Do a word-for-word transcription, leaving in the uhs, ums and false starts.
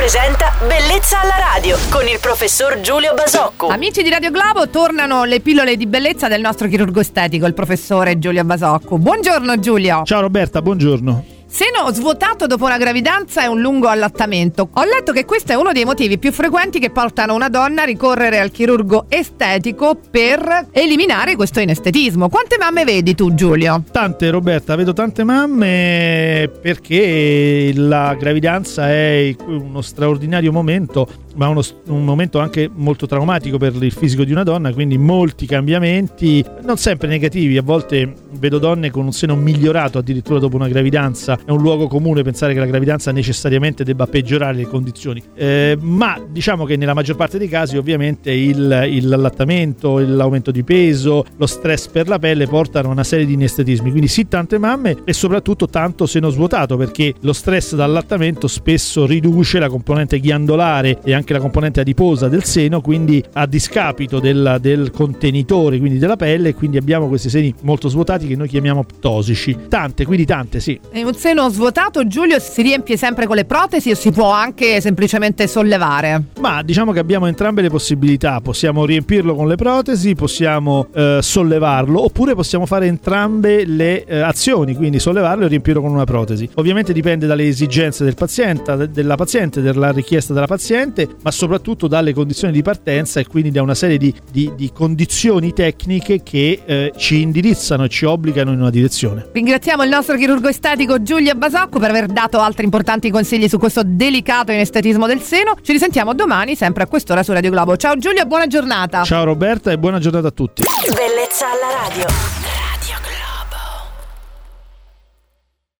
presenta Bellezza alla radio con il professor Giulio Basocco. Amici di Radio Globo, tornano le pillole di bellezza del nostro chirurgo estetico, il professore Giulio Basocco. Buongiorno Giulio. Ciao Roberta, buongiorno. Seno svuotato dopo una gravidanza e un lungo allattamento. Ho letto che questo è uno dei motivi più frequenti che portano una donna a ricorrere al chirurgo estetico per eliminare questo inestetismo. Quante mamme vedi tu, Giulio? Tante, Roberta, vedo tante mamme perché la gravidanza è uno straordinario momento, ma uno, un momento anche molto traumatico per il fisico di una donna, quindi molti cambiamenti, non sempre negativi. A volte vedo donne con un seno migliorato addirittura dopo una gravidanza. È un luogo comune pensare che la gravidanza necessariamente debba peggiorare le condizioni, eh, ma diciamo che nella maggior parte dei casi ovviamente il, il allattamento, l'aumento di peso, lo stress per la pelle portano a una serie di inestetismi. Quindi sì, tante mamme e soprattutto tanto seno svuotato, perché lo stress dall'allattamento spesso riduce la componente ghiandolare e anche la componente adiposa del seno, quindi a discapito del, del contenitore, quindi della pelle, e quindi abbiamo questi seni molto svuotati che noi chiamiamo ptosici. Tante, quindi tante, sì. E un seno svuotato, Giulio, si riempie sempre con le protesi o si può anche semplicemente sollevare? Ma diciamo che abbiamo entrambe le possibilità. Possiamo riempirlo con le protesi, possiamo eh, sollevarlo, oppure possiamo fare entrambe le eh, azioni, quindi sollevarlo e riempirlo con una protesi. Ovviamente dipende dalle esigenze del paziente, della paziente, della richiesta della paziente, ma soprattutto dalle condizioni di partenza e quindi da una serie di, di, di condizioni tecniche che eh, ci indirizzano e ci obbligano in una direzione. Ringraziamo il nostro chirurgo estetico Giulio Basocco per aver dato altri importanti consigli su questo delicato inestetismo del seno. Ci risentiamo domani sempre a quest'ora su Radio Globo. Ciao Giulio e buona giornata. Ciao Roberta e buona giornata a tutti. Bellezza alla radio.